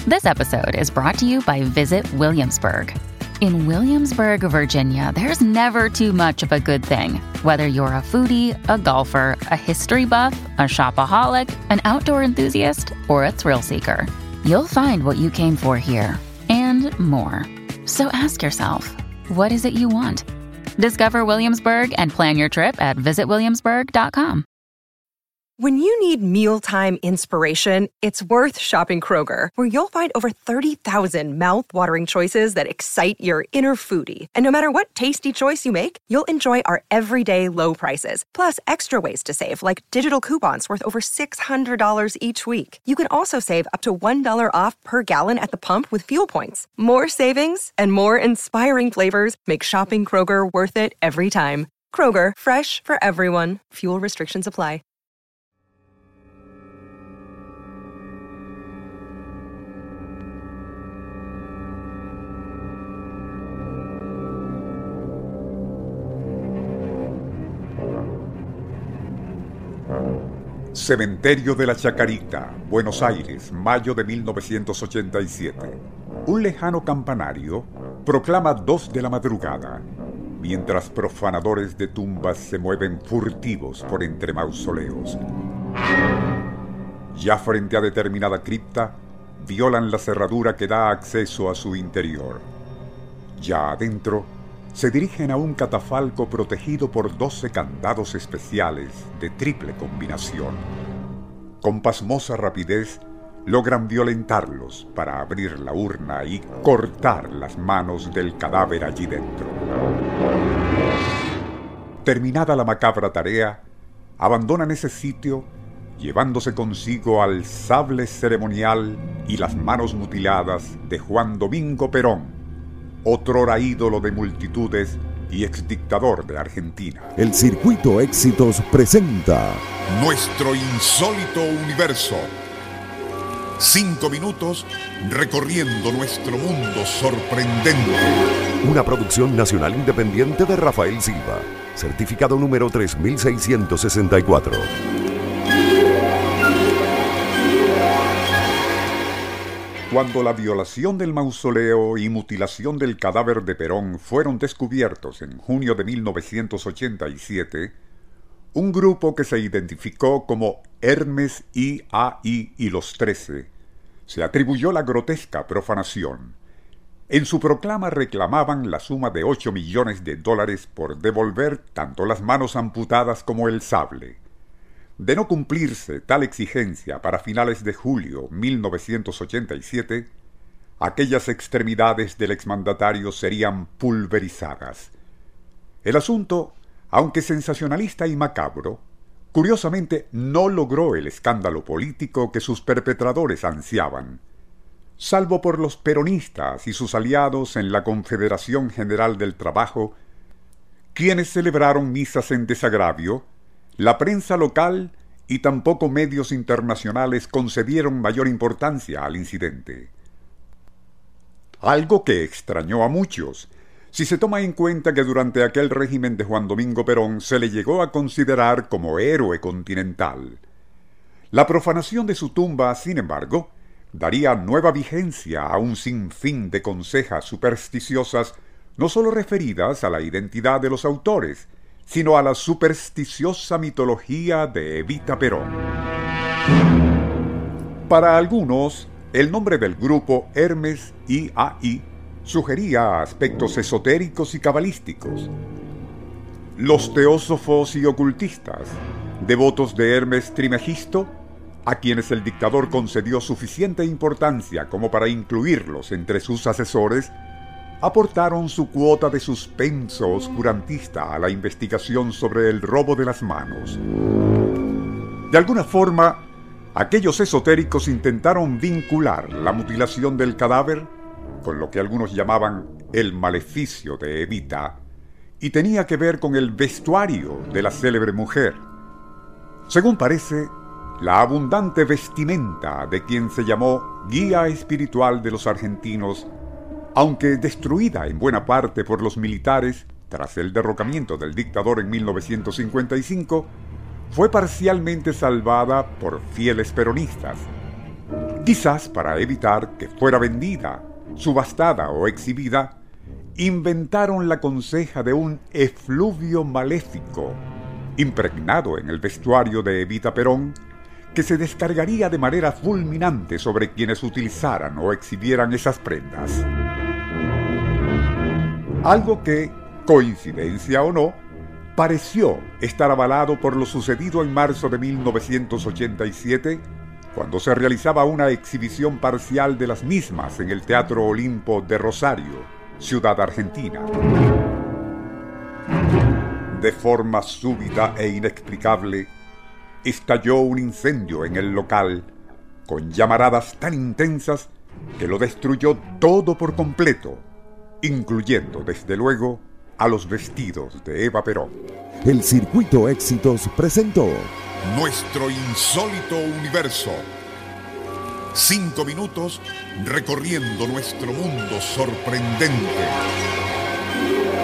This episode is brought to you by Visit Williamsburg. In Williamsburg, Virginia, there's never too much of a good thing. Whether you're a foodie, a golfer, a history buff, a shopaholic, an outdoor enthusiast, or a thrill seeker, you'll find what you came for here and more. So ask yourself, what is it you want? Discover Williamsburg and plan your trip at visitwilliamsburg.com. When you need mealtime inspiration, it's worth shopping Kroger, where you'll find over 30,000 mouth-watering choices that excite your inner foodie. And no matter what tasty choice you make, you'll enjoy our everyday low prices, plus extra ways to save, like digital coupons worth over $600 each week. You can also save up to $1 off per gallon at the pump with fuel points. More savings and more inspiring flavors make shopping Kroger worth it every time. Kroger, fresh for everyone. Fuel restrictions apply. Cementerio de la Chacarita, Buenos Aires, mayo de 1987. Un lejano campanario proclama 2 de la madrugada, mientras profanadores de tumbas se mueven furtivos por entre mausoleos. Ya frente a determinada cripta, violan la cerradura que da acceso a su interior. Ya adentro, se dirigen a un catafalco protegido por 12 candados especiales de triple combinación. Con pasmosa rapidez, logran violentarlos para abrir la urna y cortar las manos del cadáver allí dentro. Terminada la macabra tarea, abandonan ese sitio, llevándose consigo al sable ceremonial y las manos mutiladas de Juan Domingo Perón, otrora ídolo de multitudes y exdictador de Argentina. El Circuito Éxitos presenta Nuestro insólito universo. 5 minutos recorriendo nuestro mundo sorprendente. Una producción nacional independiente de Rafael Silva. Certificado número 3664. Cuando la violación del mausoleo y mutilación del cadáver de Perón fueron descubiertos en junio de 1987, un grupo que se identificó como Hermes I.A.I. y los 13 se atribuyó la grotesca profanación. En su proclama reclamaban la suma de $8 millones por devolver tanto las manos amputadas como el sable. De no cumplirse tal exigencia para finales de julio 1987, aquellas extremidades del exmandatario serían pulverizadas. El asunto, aunque sensacionalista y macabro, curiosamente no logró el escándalo político que sus perpetradores ansiaban. Salvo por los peronistas y sus aliados en la Confederación General del Trabajo, quienes celebraron misas en desagravio, la prensa local y tampoco medios internacionales concedieron mayor importancia al incidente. Algo que extrañó a muchos, si se toma en cuenta que durante aquel régimen de Juan Domingo Perón se le llegó a considerar como héroe continental. La profanación de su tumba, sin embargo, daría nueva vigencia a un sinfín de consejas supersticiosas, no solo referidas a la identidad de los autores, sino a la supersticiosa mitología de Evita Perón. Para algunos, el nombre del grupo Hermes I.A.I. sugería aspectos esotéricos y cabalísticos. Los teósofos y ocultistas, devotos de Hermes Trimegisto, a quienes el dictador concedió suficiente importancia como para incluirlos entre sus asesores, aportaron su cuota de suspenso oscurantista a la investigación sobre el robo de las manos. De alguna forma, aquellos esotéricos intentaron vincular la mutilación del cadáver con lo que algunos llamaban el maleficio de Evita, y tenía que ver con el vestuario de la célebre mujer. Según parece, la abundante vestimenta de quien se llamó guía espiritual de los argentinos, aunque destruida en buena parte por los militares tras el derrocamiento del dictador en 1955, fue parcialmente salvada por fieles peronistas. Quizás para evitar que fuera vendida, subastada o exhibida, inventaron la conseja de un efluvio maléfico, impregnado en el vestuario de Evita Perón, que se descargaría de manera fulminante sobre quienes utilizaran o exhibieran esas prendas. Algo que, coincidencia o no, pareció estar avalado por lo sucedido en marzo de 1987, cuando se realizaba una exhibición parcial de las mismas en el Teatro Olimpo de Rosario, ciudad argentina. De forma súbita e inexplicable, estalló un incendio en el local, con llamaradas tan intensas que lo destruyó todo por completo, incluyendo, desde luego, a los vestidos de Eva Perón. El Circuito Éxitos presentó Nuestro insólito universo. 5 minutos recorriendo nuestro mundo sorprendente.